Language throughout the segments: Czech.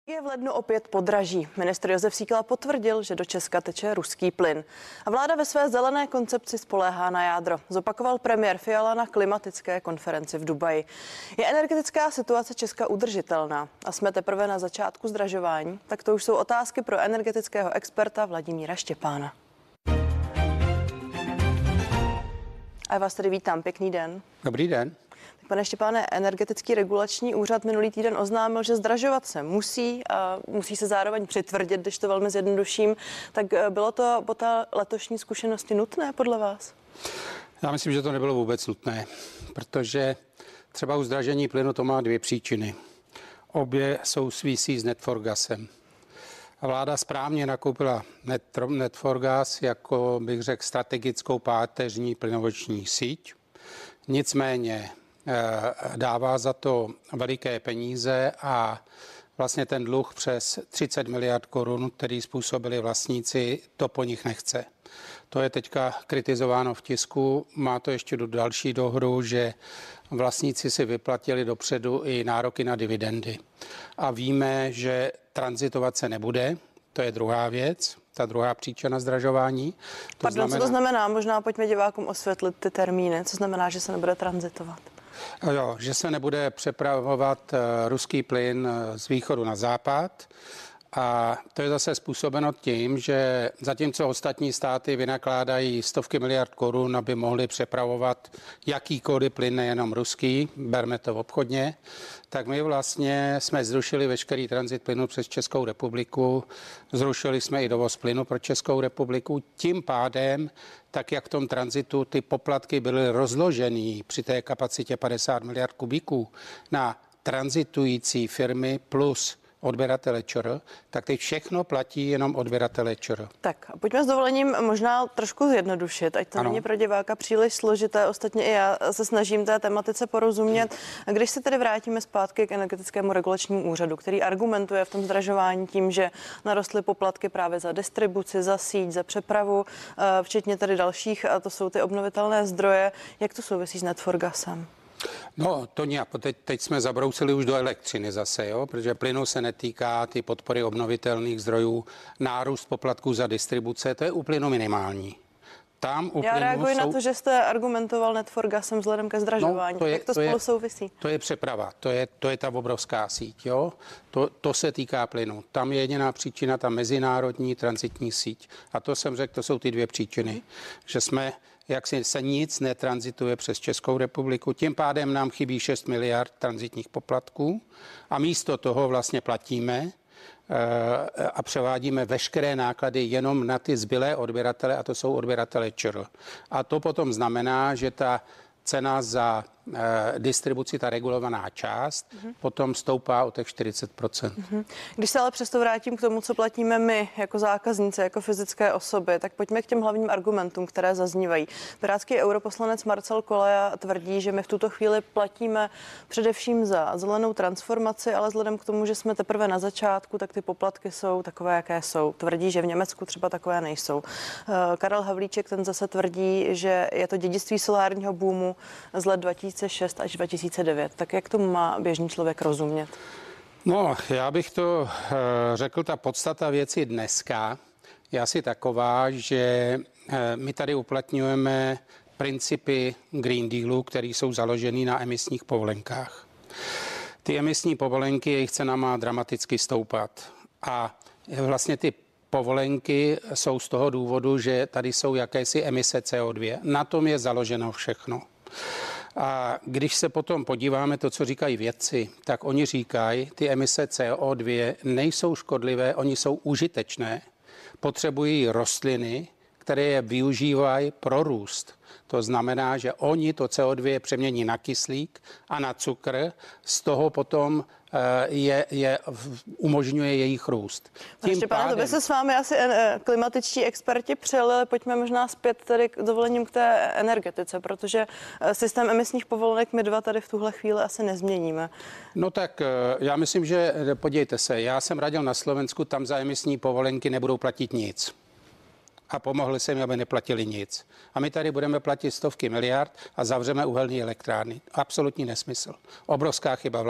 Je v lednu opět podraží. Ministr Jozef Síkela potvrdil, že do Česka teče ruský plyn. A vláda ve své zelené koncepci spoléhá na jádro. Zopakoval premiér Fiala na klimatické konferenci v Dubaji. Je energetická situace Česka udržitelná a jsme teprve na začátku zdražování? Tak to už jsou otázky pro energetického experta Vladimíra Štěpána. A já vás tady vítám. Pěkný den. Dobrý den. Pane Štěpáne, Energetický regulační úřad minulý týden oznámil, že zdražovat se musí a musí se zároveň přitvrdit, když to velmi zjednoduším. Tak bylo to po té letošní zkušenosti nutné podle vás? Já myslím, že to nebylo vůbec nutné, protože třeba u zdražení plynu to má dvě příčiny. Obě souvisí s Net4Gasem. A vláda správně nakoupila Net4Gas jako, bych řekl, strategickou páteřní plynovoční síť. Nicméně dává za to veliké peníze a vlastně ten dluh přes 30 miliard korun, který způsobili vlastníci, to po nich nechce. To je teďka kritizováno v tisku. Má to ještě další dohru, že vlastníci si vyplatili dopředu i nároky na dividendy. A víme, že tranzitovat se nebude. To je druhá věc, ta druhá příčina zdražování. Co to znamená? Možná pojďme divákům osvětlit ty termíny. Co znamená, že se nebude tranzitovat? Jo, že se nebude přepravovat ruský plyn z východu na západ. A to je zase způsobeno tím, že zatímco ostatní státy vynakládají stovky miliard korun, aby mohli přepravovat jakýkoliv plyn, nejenom ruský, berme to obchodně, tak my vlastně jsme zrušili veškerý tranzit plynu přes Českou republiku, zrušili jsme i dovoz plynu pro Českou republiku. Tím pádem, tak jak v tom tranzitu ty poplatky byly rozložený při té kapacitě 50 miliard kubíků na tranzitující firmy plus odběratele ČR, tak teď všechno platí jenom odběratele ČR. Tak a pojďme s dovolením možná trošku zjednodušit, ať to není pro diváka příliš složité. Ostatně i já se snažím té tematice porozumět. A když se tedy vrátíme zpátky k Energetickému regulačnímu úřadu, který argumentuje v tom zdražování tím, že narostly poplatky právě za distribuci, za síť, za přepravu, včetně tedy dalších, a to jsou ty obnovitelné zdroje. Jak to souvisí s Net4Gasem? No, to nějak. Teď jsme zabrousili už do elektřiny zase, jo? Protože plynu se netýká ty podpory obnovitelných zdrojů. Nárůst poplatků za distribuce, to je u plynu minimální. Já reaguji na to, že jste argumentoval Net4Gasem vzhledem ke zdražování. Jak to spolu souvisí? To je přeprava, to je ta obrovská síť. Jo? To se týká plynu. Tam je jediná příčina, ta mezinárodní tranzitní síť. A to jsem řekl, to jsou ty dvě příčiny. Že jsme, jak se nic netranzituje přes Českou republiku, tím pádem nám chybí 6 miliard tranzitních poplatků a místo toho vlastně platíme a převádíme veškeré náklady jenom na ty zbylé odběratele, a to jsou odběratele ČR. A to potom znamená, že ta cena za distribuci, ta regulovaná část, potom stoupá o těch 40%. Když se ale přesto vrátím k tomu, co platíme my jako zákazníci, jako fyzické osoby, tak pojďme k těm hlavním argumentům, které zaznívají. Pirátský europoslanec Marcel Kolaja tvrdí, že my v tuto chvíli platíme především za zelenou transformaci, ale vzhledem k tomu, že jsme teprve na začátku, tak ty poplatky jsou takové, jaké jsou. Tvrdí, že v Německu třeba takové nejsou. Karel Havlíček, ten zase tvrdí, že je to dědictví solárního boomu z let 2006 až 2009. Tak jak tomu má běžný člověk rozumět? No, já bych to řekl, ta podstata věci dneska je asi taková, že my tady uplatňujeme principy Green Dealu, které jsou založeny na emisních povolenkách. Ty emisní povolenky, jejich cena má dramaticky stoupat. A vlastně ty povolenky jsou z toho důvodu, že tady jsou jakési emise CO2. Na tom je založeno všechno. A když se potom podíváme to, co říkají vědci, tak oni říkají, ty emise CO2 nejsou škodlivé, oni jsou užitečné. Potřebují rostliny, které je využívají pro růst. To znamená, že oni to CO2 přemění na kyslík a na cukr, z toho potom umožňuje jejich růst. To by se s vámi asi klimatičtí experti přeli. Pojďme možná zpět tady k dovolením k té energetice, protože systém emisních povolenek my dva tady v tuhle chvíli asi nezměníme. No tak já myslím, že podívejte se, já jsem radil na Slovensku, tam za emisní povolenky nebudou platit nic. A pomohli se mi, aby neplatili nic. A my tady budeme platit stovky miliard a zavřeme uhelné elektrárny. Absolutní nesmysl. Obrovská chyba vlády.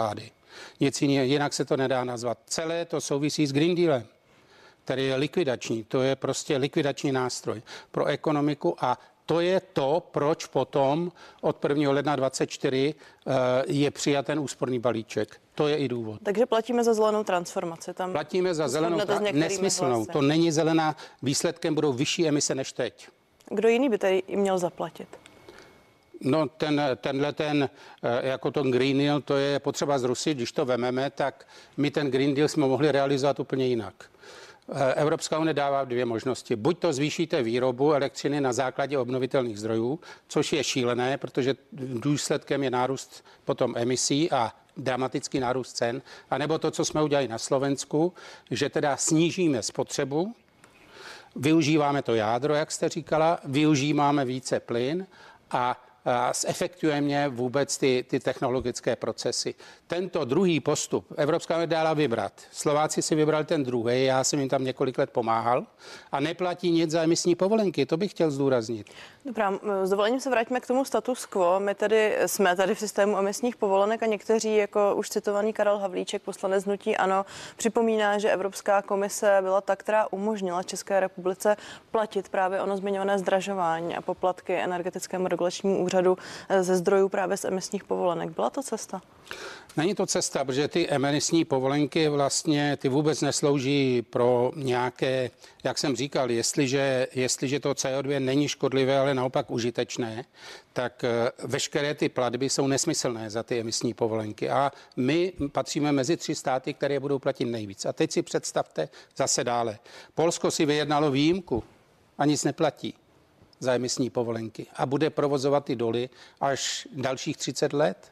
Nic jinak se to nedá nazvat. Celé to souvisí s Green Dealem, který je likvidační. To je prostě likvidační nástroj pro ekonomiku a to je to, proč potom od 1. ledna 2024 je přijat ten úsporný balíček. To je i důvod. Takže platíme za zelenou transformaci. Tam platíme za zelenou nesmyslnou. Hlasy. To není zelená. Výsledkem budou vyšší emise než teď. Kdo jiný by tady měl zaplatit? No tenhle jako ten Green Deal, to je potřeba zrušit. Když to vememe, tak my ten Green Deal jsme mohli realizovat úplně jinak. Evropská unie dává dvě možnosti. Buď to zvýšíte výrobu elektřiny na základě obnovitelných zdrojů, což je šílené, protože důsledkem je nárůst potom emisí a dramatický nárůst cen, anebo to, co jsme udělali na Slovensku, že teda snížíme spotřebu, využíváme to jádro, jak jste říkala, využíváme více plyn a zefektujeme vůbec ty technologické procesy. Tento druhý postup Evropská unie dala vybrat. Slováci si vybrali ten druhý, já jsem jim tam několik let pomáhal a neplatí nic za emisní povolenky, to bych chtěl zdůraznit. Dobrá, s dovolením se vrátíme k tomu status quo. My tady jsme tady v systému emisních povolenek a někteří, jako už citovaný Karel Havlíček, poslanec hnutí ANO, připomíná, že Evropská komise byla ta, která umožnila České republice platit právě ono zmiňované zdražování a poplatky Energetickému regulačnímu úřadu ze zdrojů právě z emisních povolenek. Byla to cesta? Není to cesta, protože ty emisní povolenky vlastně ty vůbec neslouží pro nějaké, jak jsem říkal, jestliže to CO2 není škodlivé, ale naopak užitečné, tak veškeré ty platby jsou nesmyslné za ty emisní povolenky. A my patříme mezi 3 státy, které budou platit nejvíc. A teď si představte zase dále. Polsko si vyjednalo výjimku a nic neplatí za emisní povolenky a bude provozovat ty doly až dalších 30 let.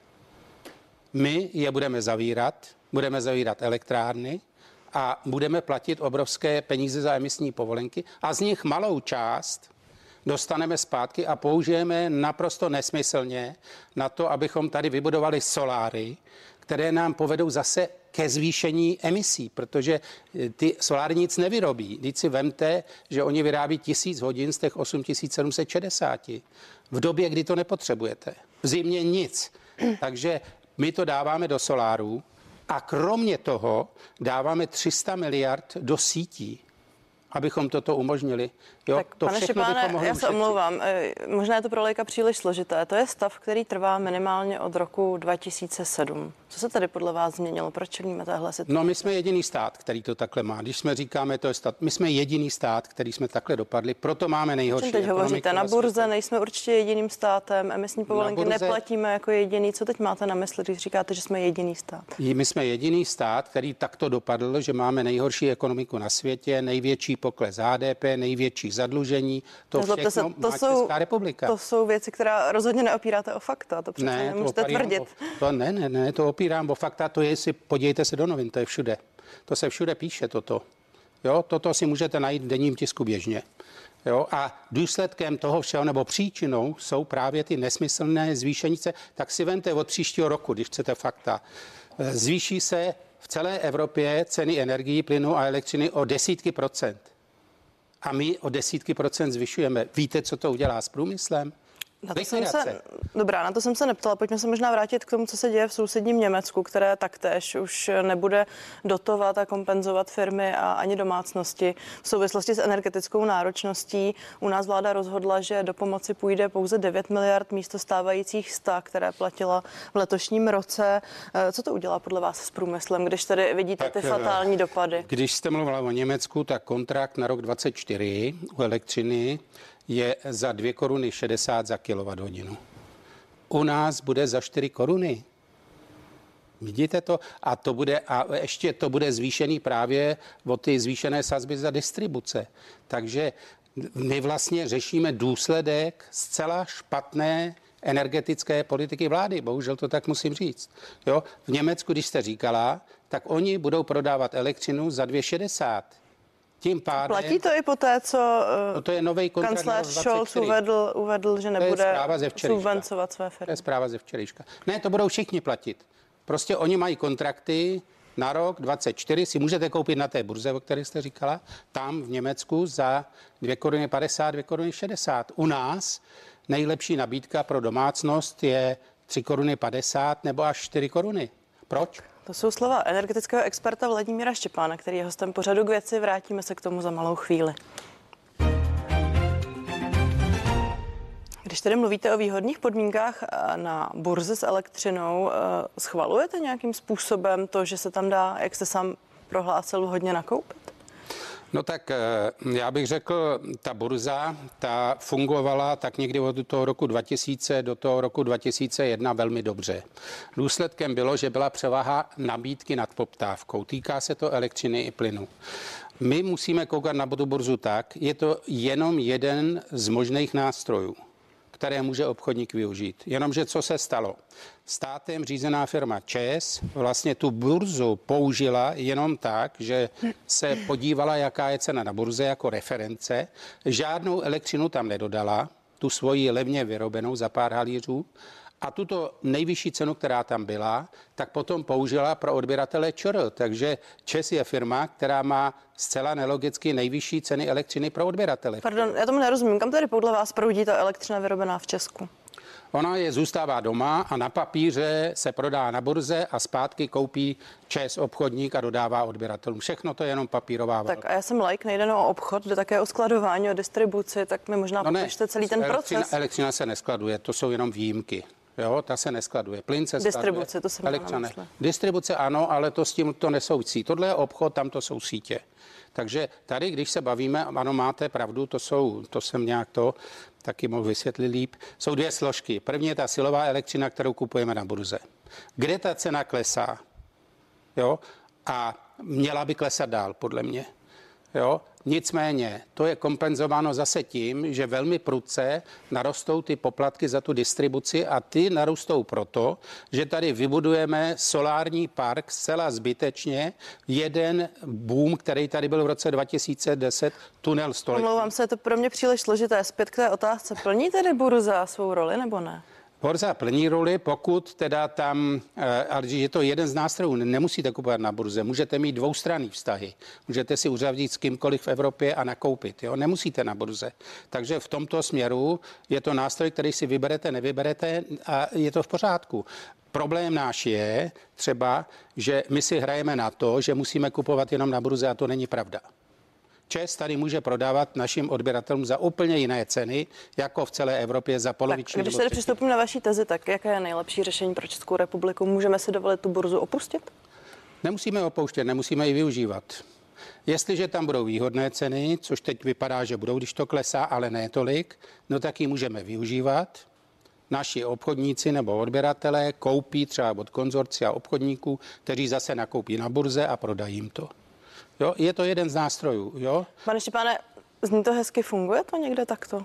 My je budeme zavírat elektrárny a budeme platit obrovské peníze za emisní povolenky a z nich malou část dostaneme zpátky a použijeme naprosto nesmyslně na to, abychom tady vybudovali soláry, které nám povedou zase ke zvýšení emisí, protože ty soláry nic nevyrobí. Vždyť si vemte, že oni vyrábí 1000 hodin z těch 8760 v době, kdy to nepotřebujete. V zimě nic. Takže my to dáváme do solárů a kromě toho dáváme 300 miliard do sítí, abychom toto umožnili. Jo, tak, to pane Štěpáne, já se omlouvám, možná je to pro laika příliš složité. To je stav, který trvá minimálně od roku 2007. Co se tady podle vás změnilo? Proč čelíme téhle situaci? No, my jsme jediný stát, který to takhle má. Když jsme říkáme, to je stát, my jsme jediný stát, který jsme takhle dopadli, proto máme nejhorší. Teď hovoříte na burze, nejsme určitě jediným státem, emisní povolenky neplatíme jako jediný. Co teď máte na mysli, když říkáte, že jsme jediný stát? My jsme jediný stát, který takto dopadl, že máme nejhorší ekonomiku na světě, největší pokles HDP, největší zadlužení, to všechno má Česká republika. To jsou věci, které rozhodně neopíráte o fakta, to přece nemůžete tvrdit. To opírám o fakta, to je, podívejte se do novin, to je všude. To se všude píše toto. Jo, toto si můžete najít v denním tisku běžně. Jo, a důsledkem toho všeho, nebo příčinou, jsou právě ty nesmyslné zvýšení se. Tak si vemte od příštího roku, když chcete fakta. Zvýší se v celé Evropě ceny energií, plynu a elektřiny o desítky procent. A my o desítky procent zvyšujeme. Víte, co to udělá s průmyslem? Na to jsem se neptala. Pojďme se možná vrátit k tomu, co se děje v sousedním Německu, které taktéž už nebude dotovat a kompenzovat firmy a ani domácnosti v souvislosti s energetickou náročností. U nás vláda rozhodla, že do pomoci půjde pouze 9 miliard místo stávajících 100, které platila v letošním roce. Co to udělá podle vás s průmyslem, když tady vidíte ty fatální dopady? Když jste mluvila o Německu, tak kontrakt na rok 2024 u elektřiny je za 2,60 koruny za kilowatthodinu. U nás bude za 4 koruny. Vidíte to? A ještě to bude zvýšený právě o ty zvýšené sazby za distribuce. Takže my vlastně řešíme důsledek zcela špatné energetické politiky vlády. Bohužel to tak musím říct. Jo? V Německu, když jste říkala, tak oni budou prodávat elektřinu za 2,60. Tím pádem, platí to i po té, co to je nový kancléř Scholz uvedl, že nebude subvencovat své firmy. To je zpráva ze včerejška. Ne, to budou všichni platit. Prostě oni mají kontrakty na rok 2024, si můžete koupit na té burze, o které jste říkala, tam v Německu za 2,50 koruny, 2,60 koruny. U nás nejlepší nabídka pro domácnost je 3,50 koruny nebo až 4 koruny. Proč? To jsou slova energetického experta Vladimíra Štěpána, který je hostem pořadu K věci. Vrátíme se k tomu za malou chvíli. Když tedy mluvíte o výhodných podmínkách na burze s elektřinou, schvalujete nějakým způsobem to, že se tam dá, jak jste sám prohlásil, hodně nakoupit? No tak já bych řekl, ta burza, ta fungovala tak někdy od toho roku 2000 do toho roku 2001 velmi dobře. Důsledkem bylo, že byla převaha nabídky nad poptávkou. Týká se to elektřiny i plynu. My musíme koukat na tu burzu tak, je to jenom jeden z možných nástrojů, které může obchodník využít. Jenomže co se stalo? Státem řízená firma ČEZ vlastně tu burzu použila jenom tak, že se podívala, jaká je cena na burze jako reference. Žádnou elektřinu tam nedodala, tu svoji levně vyrobenou za pár halířů. A tuto nejvyšší cenu, která tam byla, tak potom použila pro odběratele ČR. Takže ČEZ je firma, která má zcela nelogicky nejvyšší ceny elektřiny pro odběratele. Pardon, já tomu nerozumím. Kam tedy podle vás proudí ta elektřina vyrobená v Česku? Ona zůstává doma a na papíře se prodá na burze a zpátky koupí ČEZ obchodník a dodává odběratelům. Všechno to je jenom papírová válka. Tak a já jsem laik, nejde o obchod, jde také o skladování, o distribuci, tak mi možná popište celý ten proces. Elektřina se neskladuje, to jsou jenom výjimky. Jo, ta se neskladuje. Plyn se distribuce, to jsem elektřina. Distribuce ano, ale to s tím to nesouvisí. Tohle je obchod, tam to jsou sítě. Takže tady, když se bavíme, ano, máte pravdu, to jsem nějak taky mohl vysvětlit líp. Jsou dvě složky. První je ta silová elektřina, kterou kupujeme na burze. Kde ta cena klesá? Jo? A měla by klesat dál, podle mě. Jo? Nicméně to je kompenzováno zase tím, že velmi prudce narostou ty poplatky za tu distribuci a ty narostou proto, že tady vybudujeme solární park zcela zbytečně. Jeden boom, který tady byl v roce 2010, tunel století. Omlouvám se, je to pro mě příliš složité. Zpět k té otázce. Plní tedy burza svou roli nebo ne? Burza plní roli, pokud teda tam, ale je to jeden z nástrojů, nemusíte kupovat na burze, můžete mít dvoustranný vztahy, můžete si uzavřít s kýmkoliv v Evropě a nakoupit, jo? Nemusíte na burze. Takže v tomto směru je to nástroj, který si vyberete, nevyberete a je to v pořádku. Problém náš je třeba, že my si hrajeme na to, že musíme kupovat jenom na burze a to není pravda. ČEZ tady může prodávat našim odběratelům za úplně jiné ceny, jako v celé Evropě za poloviční. Když tedy přistoupím na vaší tezi, tak jaké je nejlepší řešení pro Českou republiku? Můžeme si dovolit tu burzu opustit? Nemusíme opouštět, nemusíme ji využívat. Jestliže tam budou výhodné ceny, což teď vypadá, že budou, když to klesá, ale ne tolik, no tak ji můžeme využívat. Naši obchodníci nebo odběratelé koupí třeba od konzorcia obchodníků, kteří zase nakoupí na burze a prodají jim to. Jo, je to jeden z nástrojů, jo. Pane Štěpáne, zní to hezky, funguje to někde takto?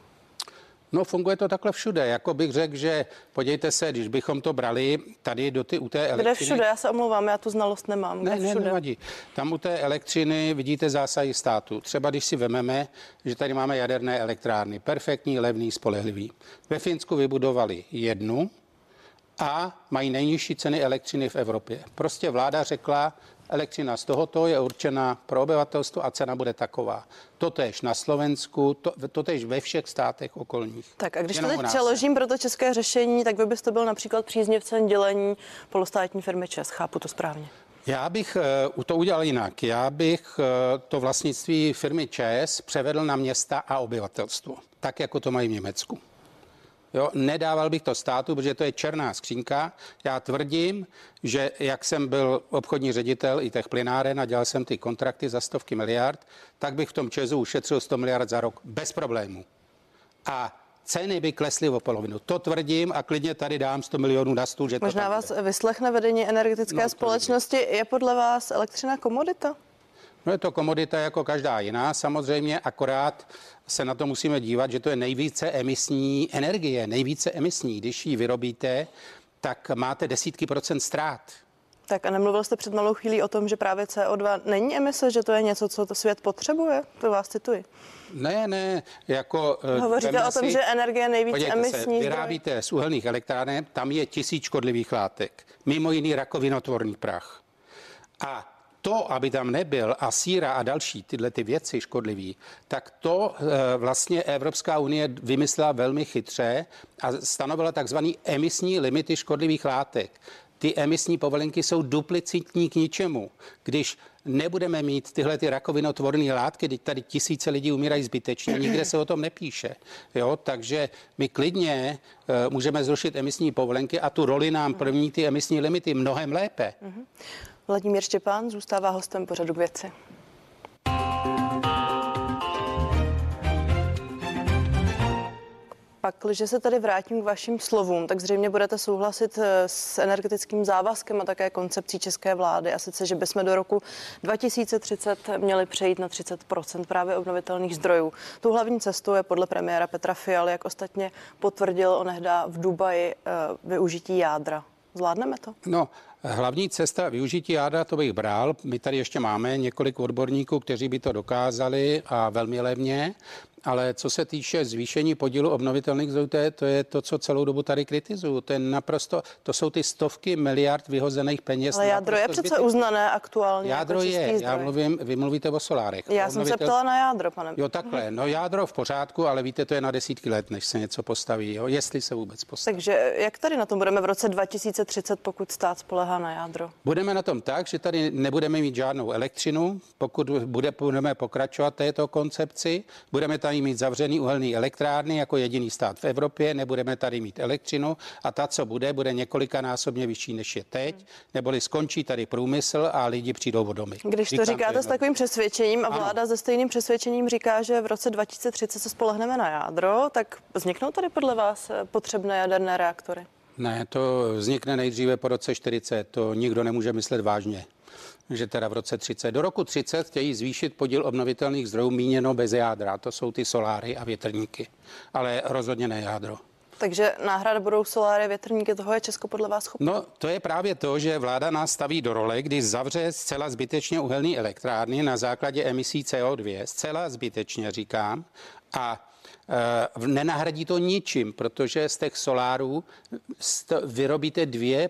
No, funguje to takhle všude. Jako bych řekl, že podívejte se, když bychom to brali tady u té elektřiny. Kde všude? Já se omlouvám, já tu znalost nemám. Ne, nevadí. Tam u té elektřiny vidíte zásahy státu. Třeba když si vememe, že tady máme jaderné elektrárny. Perfektní, levný, spolehlivý. Ve Finsku vybudovali jednu a mají nejnižší ceny elektřiny v Evropě. Prostě vláda řekla, elektřina z tohoto je určena pro obyvatelstvo a cena bude taková. Totéž na Slovensku, totéž ve všech státech okolních. Tak a když to teď přeložím pro to české řešení, tak vy byste byl například příznivcem dělení polostátní firmy ČEZ. Chápu to správně? Já bych to udělal jinak. Já bych to vlastnictví firmy ČEZ převedl na města a obyvatelstvo. Tak, jako to mají v Německu. Jo, nedával bych to státu, protože to je černá skřínka. Já tvrdím, že jak jsem byl obchodní ředitel i těch plynáren a dělal jsem ty kontrakty za stovky miliard, tak bych v tom ČEZu ušetřil 100 miliard za rok bez problémů. A ceny by klesly o polovinu. To tvrdím a klidně tady dám 100 milionů na stůl, že to možná vás vyslechne vedení energetické společnosti. Je podle vás elektřina komodita? No je to komodita jako každá jiná, samozřejmě, akorát se na to musíme dívat, že to je nejvíce emisní energie, nejvíce emisní. Když ji vyrobíte, tak máte desítky procent ztrát. Tak a nemluvil jste před malou chvílí o tom, že právě CO2 není emise, že to je něco, co to svět potřebuje? To vás cituji. Ne, jako... Hovoříte o tom, že energie je nejvíc emisní. Vyrábíte z uhelných elektráren, tam je 1000 škodlivých látek. Mimo jiný rakovinotvorný prach. A to, aby tam nebyl a síra a další tyhle ty věci škodlivý, tak to vlastně Evropská unie vymyslela velmi chytře a stanovila takzvaný emisní limity škodlivých látek. ty emisní povolenky jsou duplicitní k ničemu. Když nebudeme mít tyhle ty rakovinotvorné látky, teď tady tisíce lidí umírají zbytečně, nikde se o tom nepíše. Jo? Takže my klidně můžeme zrušit emisní povolenky a tu roli nám plní ty emisní limity mnohem lépe. Vladimír Štěpán zůstává hostem pořadu K věci. Pak, když se tady vrátím k vašim slovům, tak zřejmě budete souhlasit s energetickým závazkem a také koncepcí české vlády, a sice, že bychom do roku 2030 měli přejít na 30% právě obnovitelných zdrojů. Tou hlavní cestou je podle premiéra Petra Fialy, jak ostatně potvrdil onehdá v Dubaji, využití jádra. Zvládneme to? No, hlavní cesta využití jádra, to bych bral. My tady ještě máme několik odborníků, kteří by to dokázali a velmi levně. Ale co se týče zvýšení podílu obnovitelných zdrojů, to je to, co celou dobu tady kritizuju. To jsou ty stovky miliard vyhozených peněz. Ale jádro je přece uznané aktuálně. Jádro jako je, vy mluvíte o solárech. Já jsem se ptala na jádro, pane. Jo, takhle. No jádro v pořádku, ale víte, to je na desítky let, než se něco postaví, jo? Jestli se vůbec postaví. Takže jak tady na tom budeme v roce 2030, pokud stát spolehá na jádro? Budeme na tom tak, že tady nebudeme mít žádnou elektřinu, pokud budeme pokračovat této koncepci, budeme tady mít zavřený uhelný elektrárny jako jediný stát v Evropě, nebudeme tady mít elektřinu a ta, co bude několikanásobně vyšší, než je teď, neboli skončí tady průmysl a lidi přijdou o domy. Když to říkáte s takovým přesvědčením a vláda se stejným přesvědčením říká, že v roce 2030 se spolehneme na jádro, tak vzniknou tady podle vás potřebné jaderné reaktory? Ne, to vznikne nejdříve po roce 40, to nikdo nemůže myslet vážně. Že teda v roce 30. Do roku 30 chtějí zvýšit podíl obnovitelných zdrojů míněno bez jádra. To jsou ty soláry a větrníky, ale rozhodně ne jádro. Takže náhrada budou soláry, větrníky, toho je Česko podle vás schopné? No, to je právě to, že vláda nás staví do role, kdy zavře zcela zbytečně uhelné elektrárny na základě emisí CO2, zcela zbytečně říkám, a nenahradí to ničím, protože z těch solárů vyrobíte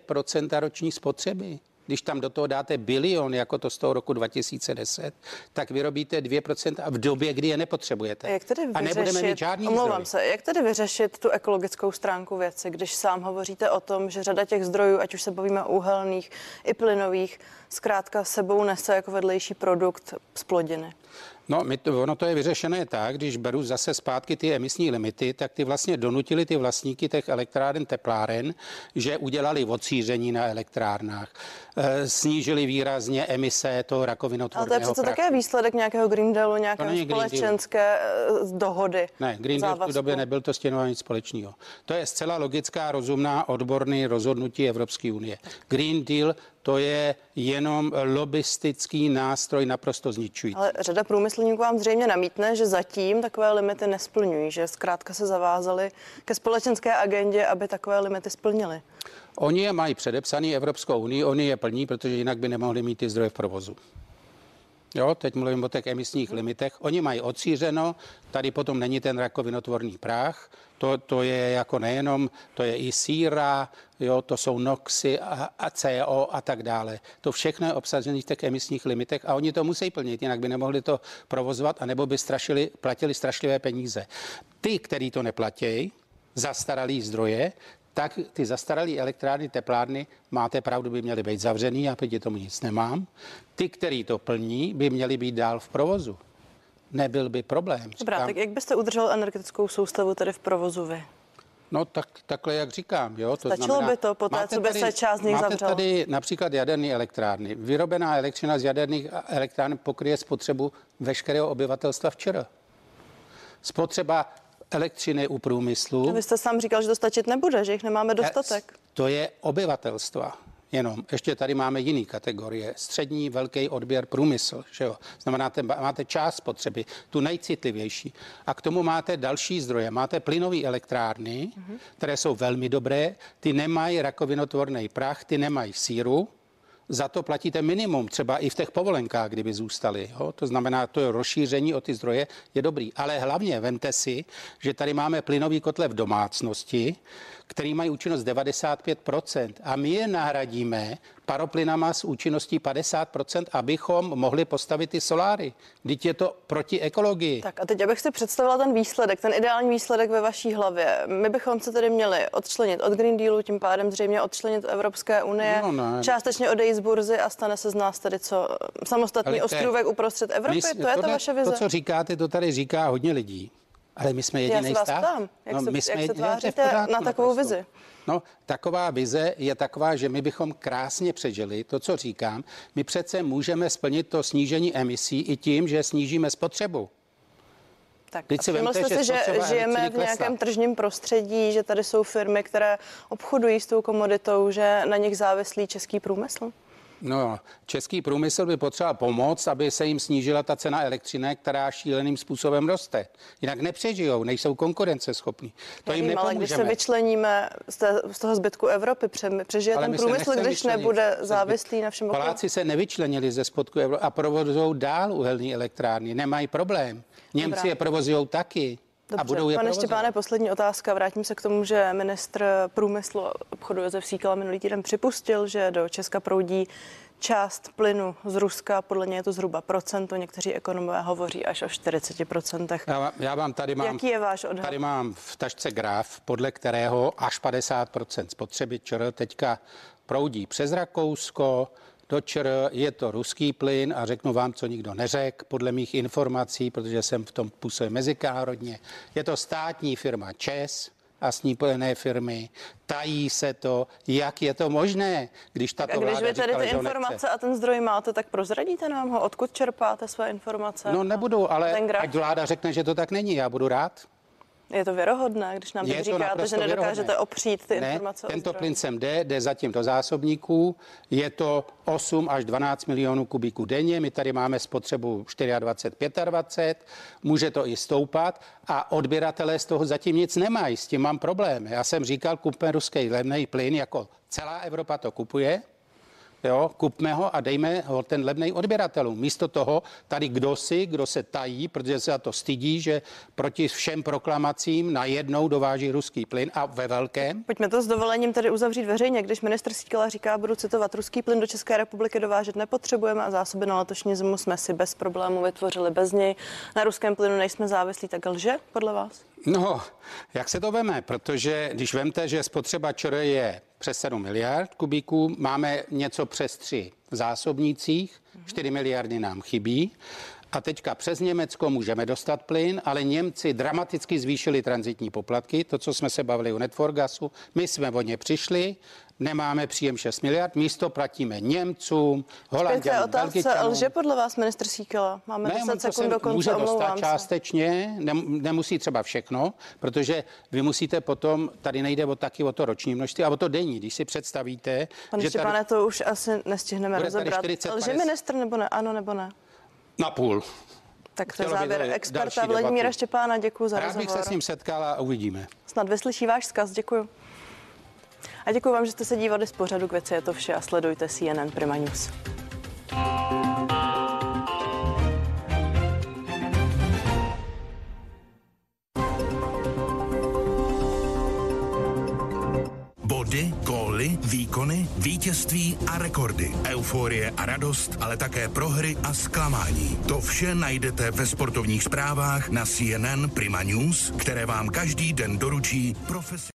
2% roční spotřeby. Když tam do toho dáte bilion, jako to z toho roku 2010, tak vyrobíte 2% a v době, kdy je nepotřebujete. Jak tedy vyřešit, a nebudeme mít žádný jak tedy vyřešit tu ekologickou stránku věci, když sám hovoříte o tom, že řada těch zdrojů, ať už se bavíme o uhelných i plynových, zkrátka sebou nese jako vedlejší produkt zplodiny? No, ono to je vyřešené tak, když beru zase zpátky ty emisní limity, tak ty vlastně donutili ty vlastníky těch elektráren, tepláren, že udělali odsíření na elektrárnách, snížili výrazně emise toho rakovinotvorného prachu. Ale to je přece také výsledek nějakého Green Dealu, nějaké společenské dohody. Ne, Green Deal v té době nebyl, to s tím nic společného. To je zcela logická, rozumná, odborný rozhodnutí Evropské unie. Green Deal to je jenom lobistický nástroj naprosto zničující. Ale řada průmyslníků vám zřejmě namítne, že zatím takové limity nesplňují, že zkrátka se zavázali ke společenské agendě, aby takové limity splnili. Oni je mají předepsaný Evropskou unii, oni je plní, protože jinak by nemohli mít ty zdroje v provozu. Jo, teď mluvím o těch emisních limitech. Oni mají odsířeno, tady potom není ten rakovinotvorný prach, to je jako nejenom, to je i síra, jo, to jsou NOxy a CO a tak dále. To všechno je obsažené v těch emisních limitech a oni to musí plnit, jinak by nemohli to provozovat, anebo by platili strašlivé peníze. Ty, kteří to neplatí, zastaralý zdroje, tak ty zastaralé elektrárny, teplárny, máte pravdu, by měly být zavřený, já proti tomu nic nemám. Ty, který to plní, by měly být dál v provozu. Nebyl by problém. Dobrá, tak jak byste udržel energetickou soustavu tedy v provozu vy? No takhle, jak říkám. Jo, to stačilo znamená, by to, poté, co by se část z nich zavřela? Máte tady například jaderné elektrárny. Vyrobená elektřina z jaderných elektrárn pokryje spotřebu veškerého obyvatelstva včera. Spotřeba elektřiny u průmyslu. A vy jste sám říkal, že to stačit nebude, že jich nemáme dostatek. To je obyvatelstva. Jenom ještě tady máme jiný kategorie. Střední, velký odběr, průmysl. Že jo? Znamená, máte část spotřeby, tu nejcitlivější. A k tomu máte další zdroje. Máte plynové elektrárny, které jsou velmi dobré. Ty nemají rakovinotvorný prach, ty nemají síru. Za to platíte minimum, třeba i v těch povolenkách, kdyby zůstaly. Jo? To znamená, to je rozšíření o ty zdroje je dobrý. Ale hlavně vemte si, že tady máme plynový kotle v domácnosti, který mají účinnost 95% a my je nahradíme paroplynama s účinností 50%, abychom mohli postavit ty soláry. Vždyť je to proti ekologii. Tak a teď abych si představila ten výsledek, ten ideální výsledek ve vaší hlavě. My bychom se tedy měli odčlenit od Green Dealu, tím pádem zřejmě odčlenit od Evropské unie, částečně odejít z burzy a stane se z nás tedy co samostatný ostrůvek uprostřed Evropy? To je to vaše vize? To, co říkáte, to tady říká hodně lidí. Ale my jsme jediný stát. Já se vás ptám, jak se tváříte na takovou vizi? No, taková vize je taková, že my bychom krásně přežili to, co říkám. My přece můžeme splnit to snížení emisí i tím, že snížíme spotřebu. Tak všiml jste si, že žijeme v nějakém tržním prostředí, že tady jsou firmy, které obchodují s tou komoditou, že na nich závislí český průmysl? No, český průmysl by potřeboval pomoct, aby se jim snížila ta cena elektřiny, která šíleným způsobem roste. Jinak nepřežijou, nejsou konkurenceschopní. To jim nepomůžeme. Ale když se vyčleníme z toho zbytku Evropy, přežije ten průmysl, když nebude závislý na všem okolo? Poláci se nevyčlenili ze spodku Evropy a provozují dál uhelné elektrárny. Nemají problém. Němci je provozují taky. Dobře, pane Štěpáne, poslední otázka. Vrátím se k tomu, že ministr průmyslu a obchodu Josef Síkela minulý týden připustil, že do Česka proudí část plynu z Ruska. Podle něj je to zhruba procento. Někteří ekonomové hovoří až o 40%. Já vám tady mám, jaký je váš odhad? Tady mám v tašce graf, podle kterého až 50% spotřeby ČR teďka proudí přes Rakousko. Do ČR je to ruský plyn a řeknu vám, co nikdo neřekl, podle mých informací, protože jsem v tom působil mezinárodně. Je to státní firma ČEZ a s ní spojené firmy. Tají se to, jak je to možné, když tato vláda říkala, že když vy tady ty informace a ten zdroj máte, tak prozradíte nám ho, odkud čerpáte své informace? No nebudu, ale ať vláda řekne, že to tak není, já budu rád. Je to věrohodné, když nám teď říkáte, že nedokážete opřít ty informace? Tento plyn sem jde zatím do zásobníků. Je to 8 až 12 milionů kubíků denně. My tady máme spotřebu 24-25. Může to i stoupat a odběratelé z toho zatím nic nemají. S tím mám problém. Já jsem říkal, kupme ruský levný plyn, jako celá Evropa to kupuje. Jo, kupme ho a dejme ho ten levnej odběratelům. Místo toho tady kdo se tají, protože se za to stydí, že proti všem proklamacím najednou dováží ruský plyn a ve velkém. Pojďme to s dovolením tedy uzavřít veřejně. Když ministr Síkela říká, budu citovat, ruský plyn do České republiky dovážet nepotřebujeme a zásoby na letošní zimu jsme si bez problémů vytvořili bez něj. Na ruském plynu nejsme závislí, tak lže podle vás? No, jak se to veme? Protože když vemte, že spotřeba ČR je přes 7 miliard kubíků, máme něco přes 3 v zásobnících, 4 miliardy nám chybí a teďka přes Německo můžeme dostat plyn, ale Němci dramaticky zvýšili tranzitní poplatky, to, co jsme se bavili u Netforgasu, my jsme o ně přišli, nemáme příjem 6 miliard, místo platíme Němcům, Holanďanům, Belgičanům. Lže podle vás ministr Síkela? Máme 10 sekund do konce, může dostat se. Částečně, nemusí třeba všechno, protože vy musíte potom, tady nejde o to roční množství a o to denní, když si představíte. Pane Štěpáne, to už asi nestihneme rozebrat. Lže ministr nebo ne? Ano nebo ne? Na půl. Tak to je závěr experta Vladimíra Štěpána. Děkuji za rozhovor. Rád bych se s ním setkala a uvidíme. Snad vyslyší váš vzkaz. Děkuji. A děkuji vám, že jste se dívali z pořadu K věci je to vše a sledujte CNN Prima News. Body, góly, výkony, vítězství a rekordy, euforie a radost, ale také prohry a zklamání. To vše najdete ve sportovních zprávách na CNN Prima News, které vám každý den doručí profesionální